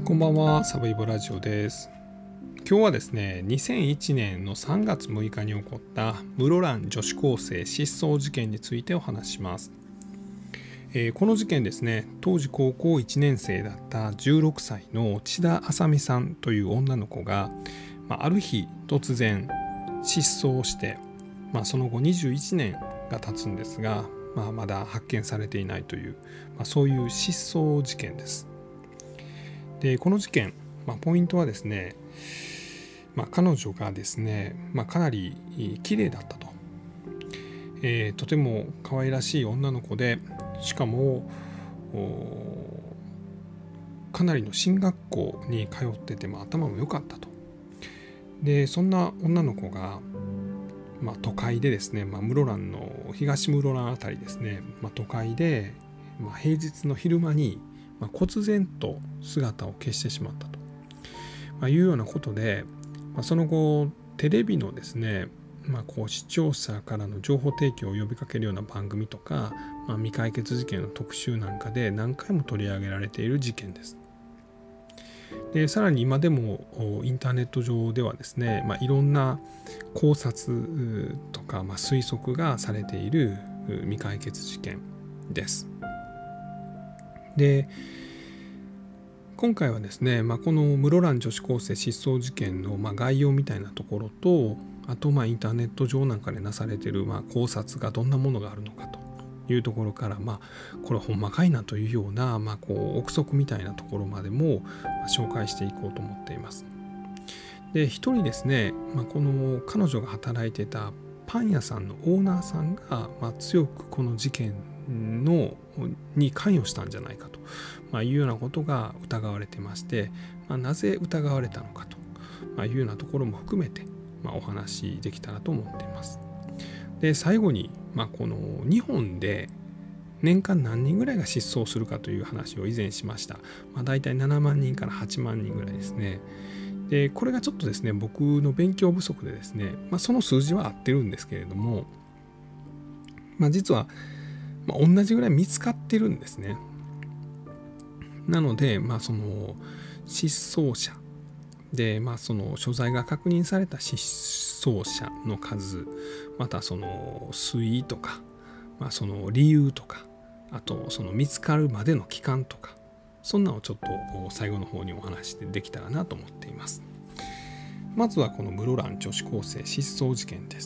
こんばんは、サブイボラジオです。今日はですね、2001年の3月6日に起こった室蘭女子高生失踪事件についてお話しします。この事件ですね、当時高校1年生だった16歳の千田麻美さんという女の子が、ある日突然失踪して、その後21年が経つんですが、まだ発見されていないという、そういう失踪事件です。でこの事件、ポイントはですね、彼女がですね、かなり綺麗だったと、とても可愛らしい女の子で、しかもかなりの進学校に通ってて、頭も良かったと。でそんな女の子が、都会でですね、室蘭の東室蘭あたりですね、都会で、平日の昼間に忽然と姿を消してしまったと、いうようなことで、その後テレビのですね、視聴者からの情報提供を呼びかけるような番組とか、未解決事件の特集なんかで何回も取り上げられている事件です。でさらに今でもインターネット上ではですね、いろんな考察とか、推測がされている未解決事件です。で今回はですね、この室蘭女子高生失踪事件の概要みたいなところと、あとインターネット上なんかでなされている考察がどんなものがあるのかというところから、これほんまかいなというような、憶測みたいなところまでも紹介していこうと思っています。で一人ですね、この彼女が働いていたパン屋さんのオーナーさんが、強くこの事件に関与したんじゃないかと、いうようなことが疑われていまして、なぜ疑われたのかというようなところも含めて、お話できたらと思っています。で最後に、この日本で年間何人ぐらいが失踪するかという話を以前しました。だいたい7万人から8万人ぐらいですね。でこれがちょっとですね、僕の勉強不足でですね、その数字は合ってるんですけれども、実は同じぐらい見つかってるんですね。なので、その失踪者で、その所在が確認された失踪者の数、またその推移とか、その理由とか、あとその見つかるまでの期間とか、そんなのをちょっと最後の方にお話できたらなと思っています。まずはこの室蘭女子高生失踪事件です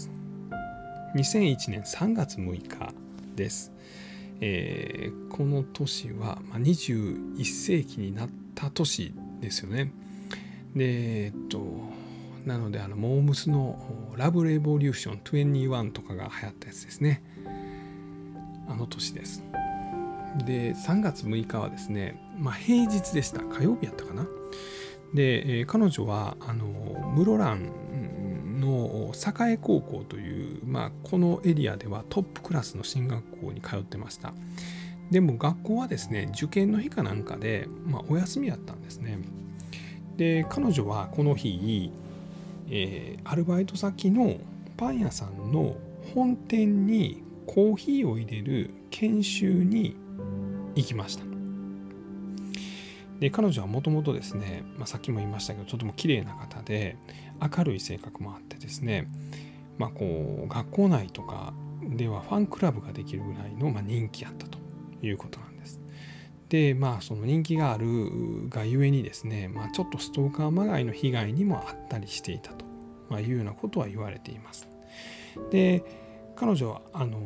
。2001年3月6日です。この年は21世紀になった年ですよね。でなのでモームスのラブレボリューション21とかが流行ったやつですね。あの年です。で3月6日はですね、平日でした。火曜日やったかな。で、彼女は室蘭の栄高校という、このエリアではトップクラスの進学校に通ってました。でも学校はですね、受験の日かなんかで、お休みやったんですね。で彼女はこの日、アルバイト先のパン屋さんの本店にコーヒーを入れる研修に行きました。で彼女はもともとですね、さっきも言いましたけど、とても綺麗な方で明るい性格もあってですね、学校内とかではファンクラブができるぐらいの、人気あったということなんです。でその人気があるがゆえにですね、ちょっとストーカーまがいの被害にもあったりしていたというようなことは言われています。で彼女は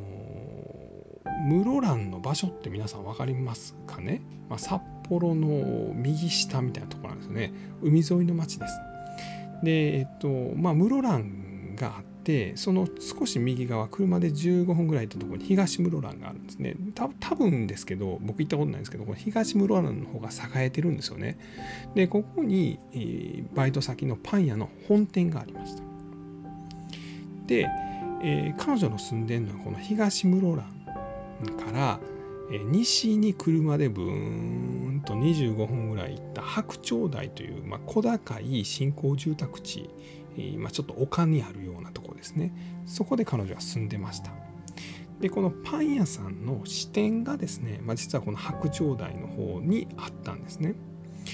室蘭の場所って皆さん分かりますかね。札幌の右下みたいなところなんですよね。海沿いの町です。で室蘭があって、その少し右側、車で15分ぐらい行ったところに東室蘭があるんですね。多分ですけど、僕行ったことないんですけど、この東室蘭の方が栄えてるんですよね。でここに、バイト先のパン屋の本店がありました。で、彼女の住んでるのはこの東室蘭から、西に車でブーンと25分ぐらい行った白鳥台という、小高い新興住宅地、ちょっと丘にあるようなところですね。そこで彼女は住んでました。でこのパン屋さんの支店がですね、実はこの白鳥台の方にあったんですね。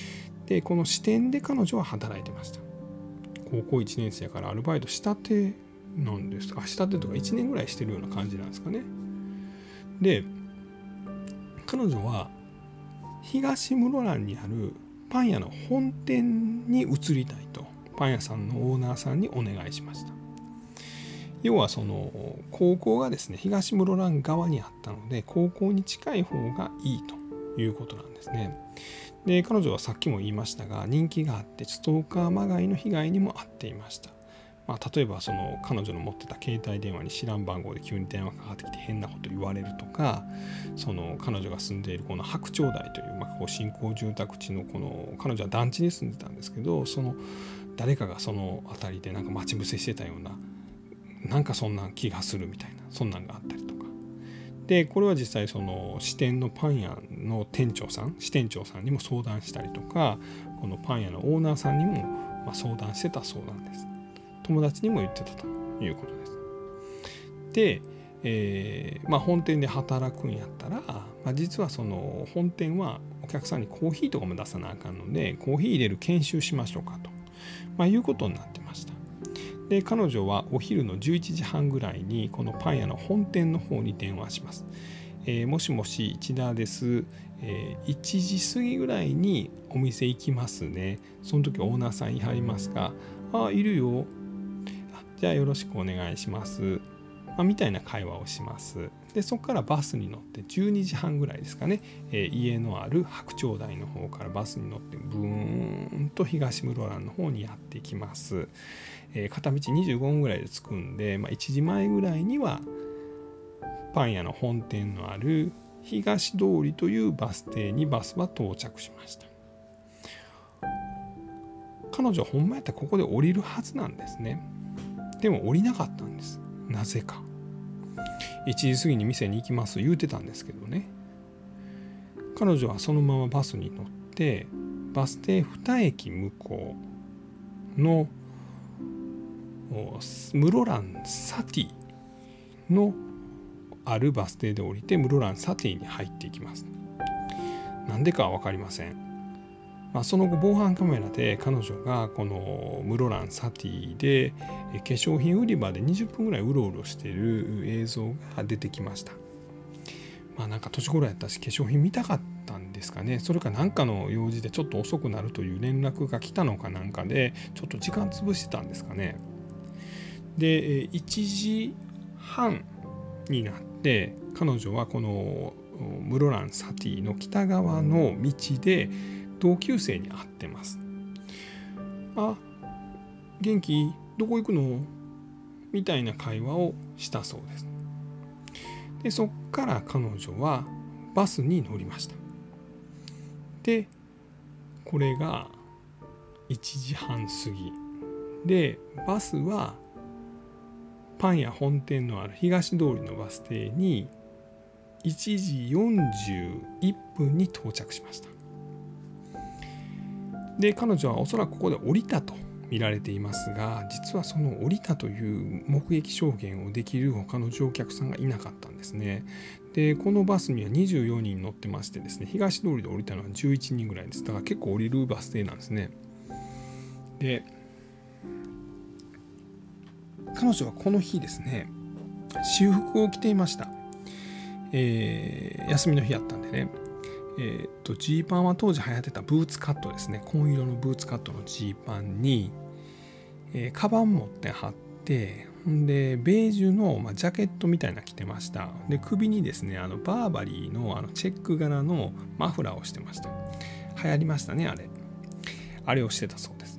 でこの支店で彼女は働いてました。高校1年生からアルバイトしたてなんですか、したてとか1年ぐらいしてるような感じなんですかね。で彼女は東室蘭にあるパン屋の本店に移りたいとパン屋さんのオーナーさんにお願いしました。要はその高校がですね東室蘭側にあったので高校に近い方がいいということなんですね。で彼女はさっきも言いましたが人気があってストーカーまがいの被害にも遭っていました。例えばその彼女の持ってた携帯電話に知らん番号で急に電話かかってきて変なこと言われるとか、その彼女が住んでいるこの白鳥台という、こう新興住宅地のこの彼女は団地に住んでたんですけど、その誰かがその辺りでなんか待ち伏せしてたようななんかそんな気がするみたいなそんなんがあったりとかで、これは実際その支店のパン屋の支店長さんにも相談したりとか、このパン屋のオーナーさんにも相談してたそうなんです。友達にも言ってたということです。で、本店で働くんやったら、実はその本店はお客さんにコーヒーとかも出さなあかんのでコーヒー入れる研修しましょうかと、いうことになってました。で彼女はお昼の11時半ぐらいにこのパン屋の本店の方に電話します。もしもし市田です、1時過ぎぐらいにお店行きますね。その時オーナーさんいはりますか？いるよ。じゃあよろしくお願いします、みたいな会話をします。でそこからバスに乗って12時半ぐらいですかね、家のある白鳥台の方からバスに乗ってブーンと東室蘭の方にやってきます。片道25分ぐらいで着くんで、1時前ぐらいにはパン屋の本店のある東通りというバス停にバスは到着しました。彼女はほんまやったらここで降りるはずなんですね。でも降りなかったんです。なぜか。1時過ぎに店に行きます言うてたんですけどね。彼女はそのままバスに乗ってバス停2駅向こうの室蘭サティのあるバス停で降りて室蘭サティに入っていきます。なんでかは分かりません。その後防犯カメラで彼女がこの室蘭サティで化粧品売り場で20分ぐらいうろうろしている映像が出てきました。なんか年頃やったし化粧品見たかったんですかね。それか何かの用事でちょっと遅くなるという連絡が来たのかなんかでちょっと時間潰してたんですかね。で1時半になって彼女はこの室蘭サティの北側の道で同級生に会ってます。元気？どこ行くの？みたいな会話をしたそうです。でそっから彼女はバスに乗りました。でこれが1時半過ぎでバスはパン屋本店のある東通りのバス停に1時41分に到着しました。で彼女はおそらくここで降りたと見られていますが、実はその降りたという目撃証言をできる他の乗客さんがいなかったんですね。でこのバスには24人乗ってましてですね、東通りで降りたのは11人ぐらいです。だから結構降りるバス停なんですね。で彼女はこの日ですね私服を着ていました。休みの日やったんでね、ジーパンは当時流行ってたブーツカットですね。紺色のブーツカットのジーパンに、カバン持ってはって、でベージュの、ジャケットみたいなの着てました。で首にですねバーバリーのチェック柄のマフラーをしてました。流行りましたねあれをしてたそうです。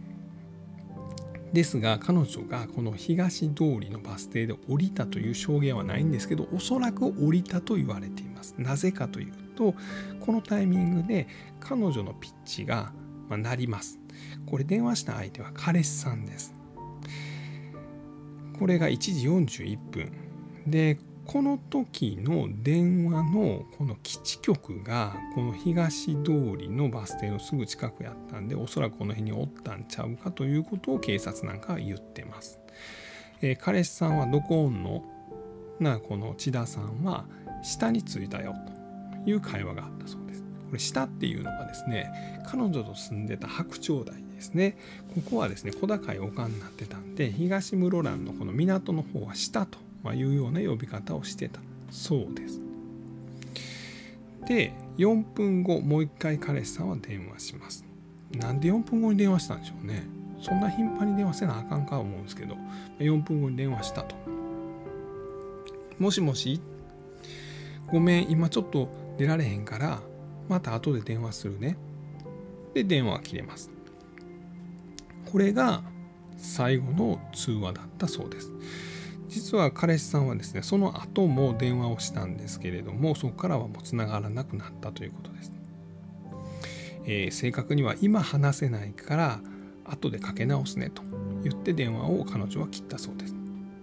ですが彼女がこの東通りのバス停で降りたという証言はないんですけど、おそらく降りたと言われています。なぜかというとこのタイミングで彼女のピッチが鳴ります。これ電話した相手は彼氏さんです。これが1時41分で、この時の電話のこの基地局がこの東通りのバス停のすぐ近くやったんで、おそらくこの辺におったんちゃうかということを警察なんかは言ってます。彼氏さんはどこおんの？この千田さんは下に着いたよという会話があったそうです。 これ下っていうのがですね、彼女と住んでた白鳥台ですね。ここはですね、小高い丘になってたんで、東室蘭のこの港の方は下というような呼び方をしてたそうです。で、4分後、もう一回彼氏さんは電話します。なんで4分後に電話したんでしょうね。そんな頻繁に電話せなあかんかと思うんですけど、4分後に電話したと。もしもし、ごめん、今ちょっと出られへんから、また後で電話するね。で、電話が切れます。これが最後の通話だったそうです。実は彼氏さんはですね、その後も電話をしたんですけれども、そこからはもうつながらなくなったということです。正確には今話せないから後でかけ直すねと言って電話を彼女は切ったそうです。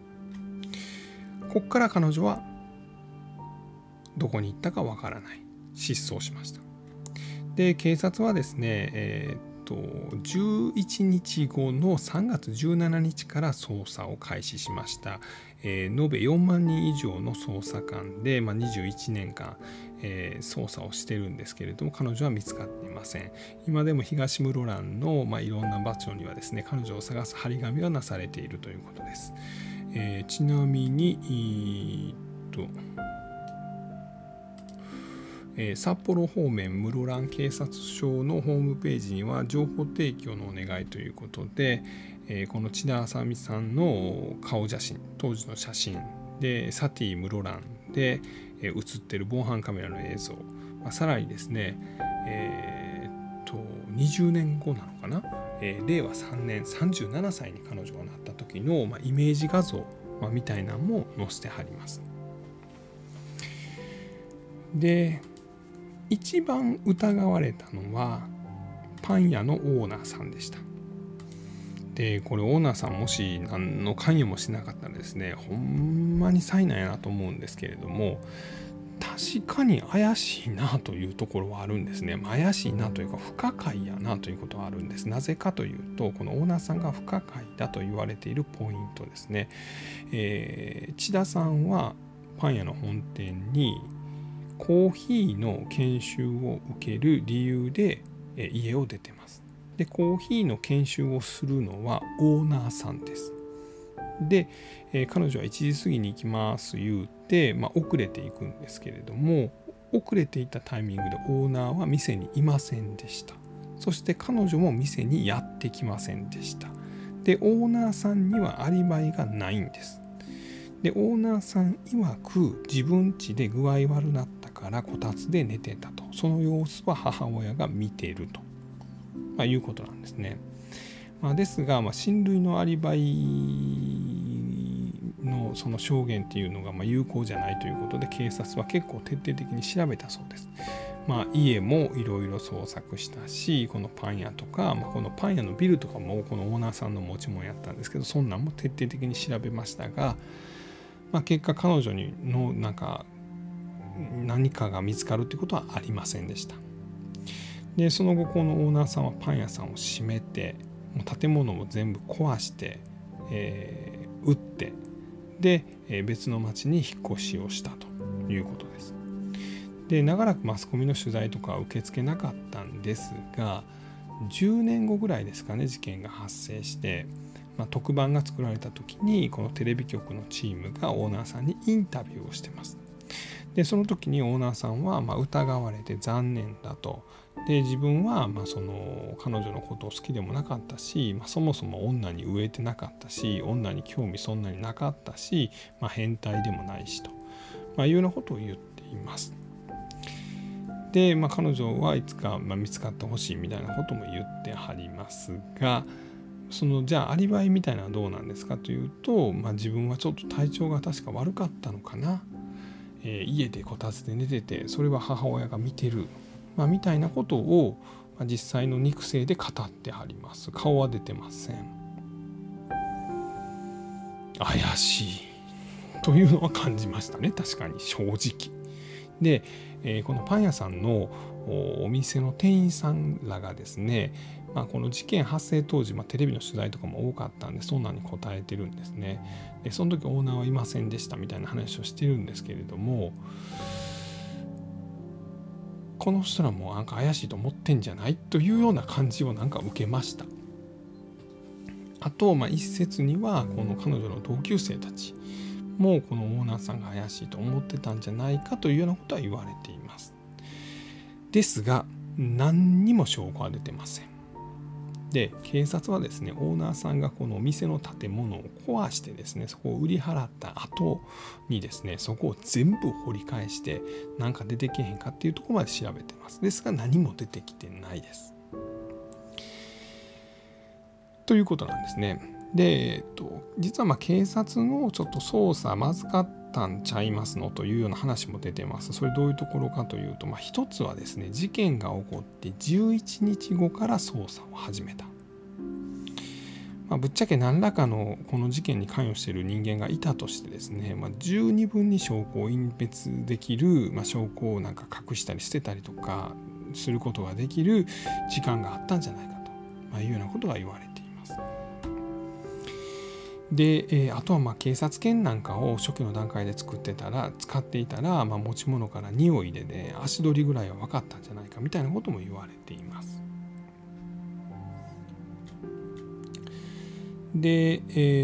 ここから彼女はどこに行ったかわからない、失踪しました。で、警察はですね、11日後の3月17日から捜査を開始しました。延べ4万人以上の捜査官で、21年間、捜査をしてるんですけれども、彼女は見つかっていません。今でも東室蘭の、いろんな場所にはですね、彼女を探す張り紙がなされているということです。ちなみに、札幌方面室蘭警察署のホームページには情報提供のお願いということで、この千田麻美さんの顔写真、当時の写真でサティ室蘭で写っている防犯カメラの映像、さらにですね、20年後なのかな、令和3年37歳に彼女がなった時の、イメージ画像、みたいなのも載せてはります。で、一番疑われたのはパン屋のオーナーさんでした。で、これオーナーさんもし何の関与もしなかったらですね、ほんまに災難やなと思うんですけれども、確かに怪しいなというところはあるんですね。怪しいなというか不可解やなということはあるんです。なぜかというと、このオーナーさんが不可解だと言われているポイントですね。千田さんはパン屋の本店にコーヒーの研修を受ける理由で家を出てます。で、コーヒーの研修をするのはオーナーさんです。で、彼女は1時過ぎに行きます言うて、遅れていくんですけれども、遅れていたタイミングでオーナーは店にいませんでした。そして彼女も店にやってきませんでした。で、オーナーさんにはアリバイがないんです。で、オーナーさん曰く自分家で具合悪なったからこたつで寝てたと。その様子は母親が見ていると、いうことなんですね。ですが、親類のアリバイのその証言っていうのが有効じゃないということで、警察は結構徹底的に調べたそうです。家もいろいろ捜索したし、このパン屋とか、このパン屋のビルとかもこのオーナーさんの持ち物やったんですけど、そんなんも徹底的に調べましたが、結果彼女の何かが見つかるということはありませんでした。で、その後このオーナーさんはパン屋さんを閉めて、もう建物も全部壊して、売って、で、別の町に引っ越しをしたということです。で、長らくマスコミの取材とかは受け付けなかったんですが、10年後ぐらいですかね、事件が発生して、特番が作られた時にこのテレビ局のチームがオーナーさんにインタビューをしてます。で、その時にオーナーさんは疑われて残念だと。で、自分はその彼女のことを好きでもなかったし、そもそも女に飢えてなかったし、女に興味そんなになかったし、変態でもないしと、いうようなことを言っています。で、彼女はいつか見つかってほしいみたいなことも言ってはりますが、じゃあアリバイみたいなのはどうなんですかというと、自分はちょっと体調が確か悪かったのかな、家でこたつで寝てて、それは母親が見てる、みたいなことを、実際の肉声で語ってはります。顔は出てません。怪しいというのは感じましたね、確かに正直で、このパン屋さんのお店の店員さんらがですね、この事件発生当時、テレビの取材とかも多かったんで、そんなに答えてるんですね。で、その時オーナーはいませんでしたみたいな話をしてるんですけれども、 この人らもなんか怪しいと思ってんじゃないというような感じをなんか受けました。あと、一説にはこの彼女の同級生たちもこのオーナーさんが怪しいと思ってたんじゃないかというようなことは言われています。ですが何にも証拠は出てません。で、警察はですね、オーナーさんがこのお店の建物を壊してですね、そこを売り払った後にですね、そこを全部掘り返してなんか出てけへんかっていうところまで調べてます。ですが何も出てきてないです。ということなんですね。で、実は警察のちょっと捜査まずかったんちゃいますのというような話も出てます。それどういうところかというと、一つはですね、事件が起こって11日後から捜査を始めた。ぶっちゃけ何らかのこの事件に関与している人間がいたとしてですね、十二分に証拠を隠滅できる、証拠をなんか隠したり捨てたりとかすることができる時間があったんじゃないかというようなことが言われています。で、あとは警察犬なんかを初期の段階で使っていたら、持ち物から匂いでね、足取りぐらいは分かったんじゃないかみたいなことも言われています。で、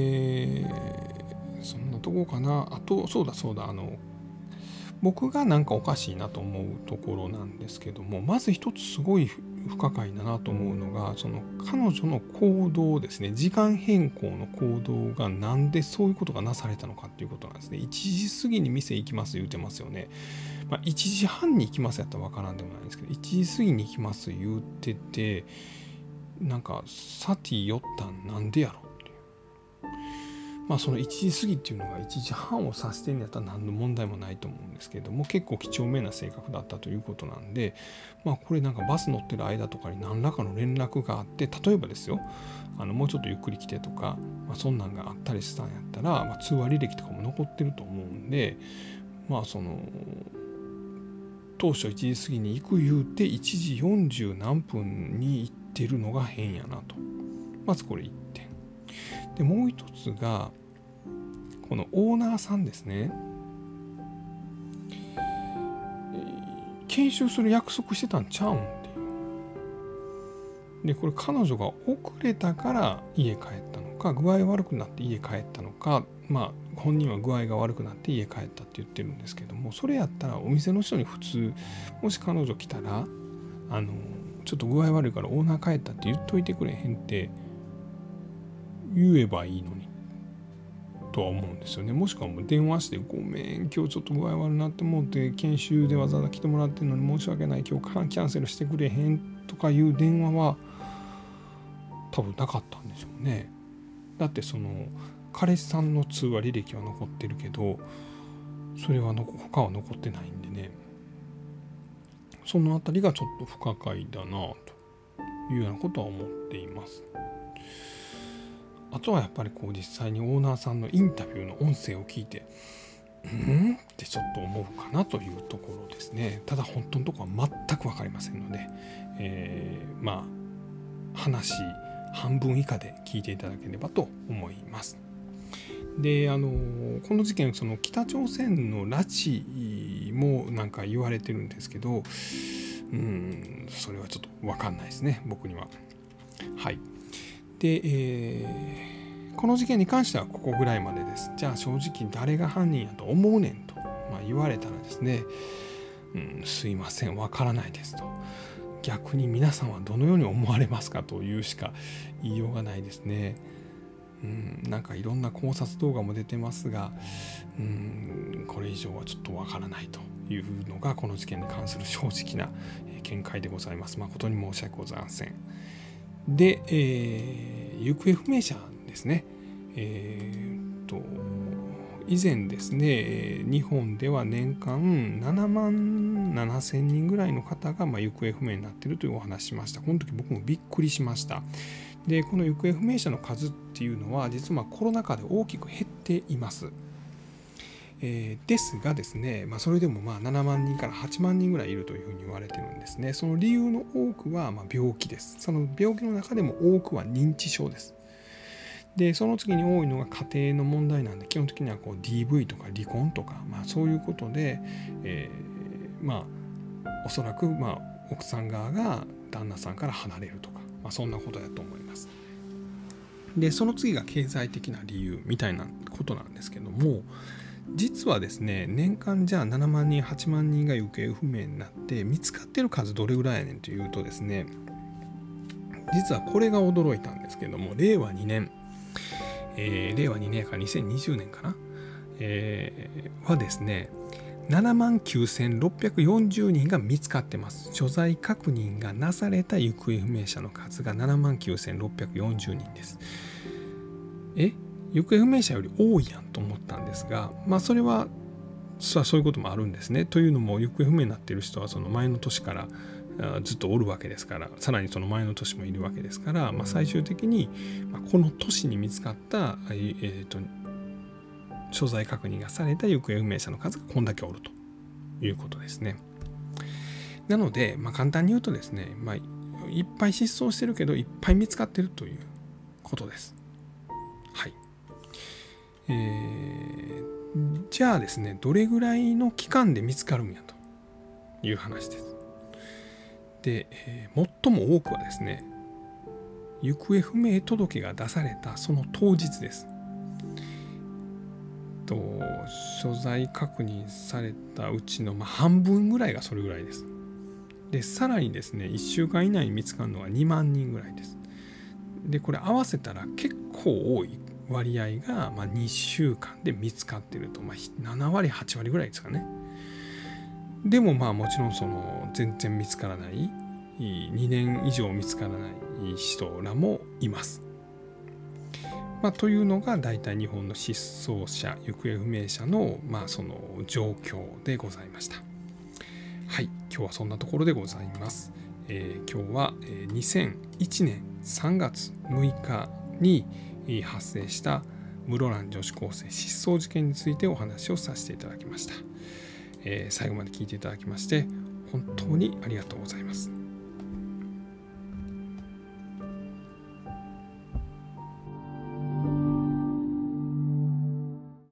そんなとこかな。あとそうだ僕がなんかおかしいなと思うところなんですけども、まず一つすごい不可解だなと思うのが、その彼女の行動ですね、時間変更の行動がなんでそういうことがなされたのかっていうことなんですね。1時過ぎに店行きます言うてますよね。1時半に行きますやったら分からんでもないんですけど、1時過ぎに行きます言うてて、なんかサティ寄ったんなんでやろっていう。その1時過ぎっていうのが1時半を指してんやったら何の問題もないと思うんですけれども、結構几帳面な性格だったということなんで、これなんかバス乗ってる間とかに何らかの連絡があって、例えばですよ、もうちょっとゆっくり来てとか、そんなんがあったりしたんやったら、通話履歴とかも残ってると思うんで、その当初1時過ぎに行く言うて1時40何分に行ってるのが変やなと。まずこれ1点で、もう一つがこのオーナーさんですね。研修する約束してたんちゃうんっていう。でこれ彼女が遅れたから家帰ったのか、具合悪くなって家帰ったのか、本人は具合が悪くなって家帰ったって言ってるんですけども、それやったらお店の人に普通、もし彼女来たらちょっと具合悪いからオーナー帰ったって言っといてくれへんって言えばいいのにとは思うんですよね。もしくはもう電話して、ごめん今日ちょっと具合悪くなって思って研修でわざわざ来てもらってるのに申し訳ない、今日キャンセルしてくれへんとかいう電話は多分なかったんでしょうね。だってその彼氏さんの通話履歴は残ってるけど、それは他は残ってないんでね、そのあたりがちょっと不可解だなというようなことは思っています。あとはやっぱり実際にオーナーさんのインタビューの音声を聞いてってちょっと思うかなというところですね。ただ本当のところは全く分かりませんので、話半分以下で聞いていただければと思います。でこの事件、その北朝鮮の拉致もなんか言われてるんですけど、それはちょっと分かんないですね、僕には。はい。で、この事件に関してはここぐらいまでです。じゃあ正直誰が犯人やと思うねんと、言われたらですね、すいません、わからないですと。逆に皆さんはどのように思われますかというしか言いようがないですね。なんかいろんな考察動画も出てますが、これ以上はちょっとわからないというのがこの事件に関する正直な見解でございます。誠に申し訳ございません。で、行方不明者ですね。以前ですね、日本では年間7万7千人ぐらいの方が行方不明になっているというお話しました。この時僕もびっくりしました。で、この行方不明者の数っていうのは実はコロナ禍で大きく減っています。ですがですね、それでも7万人から8万人ぐらいいるというふうに言われてるんですね。その理由の多くは病気です。その病気の中でも多くは認知症です。で、その次に多いのが家庭の問題なんで、基本的にはDV とか離婚とか、そういうことで、 おそらく奥さん側が旦那さんから離れるとか、そんなことだと思います。でその次が経済的な理由みたいなことなんですけども、実はですね、年間じゃあ7万人8万人が行方不明になって見つかってる数どれぐらいやねんというとですね、実はこれが驚いたんですけども、令和2年から2020年かな、はですね79,640人が見つかってます。所在確認がなされた行方不明者の数が79,640人です。行方不明者より多いやんと思ったんですが、それはそういうこともあるんですね。というのも行方不明になっている人はその前の年からずっとおるわけですから、さらにその前の年もいるわけですから、最終的にこの年に見つかった所在確認がされた行方不明者の数がこんだけおるということですね。なので、簡単に言うとですね、いっぱい失踪してるけどいっぱい見つかってるということです。はい。じゃあですね、どれぐらいの期間で見つかるんやという話です。で、最も多くはですね、行方不明届が出されたその当日です。所在確認されたうちの半分ぐらいがそれぐらいです。でさらにですね、1週間以内に見つかるのは2万人ぐらいです。でこれ合わせたら結構多い割合が2週間で見つかっていると、7割8割ぐらいですかね。でももちろんその全然見つからない、2年以上見つからない人らもいます。というのが大体日本の失踪者行方不明者のその状況でございました。はい、今日はそんなところでございます。今日は2001年3月6日に発生した室蘭女子高生失踪事件についてお話をさせていただきました。最後まで聞いていただきまして本当にありがとうございます。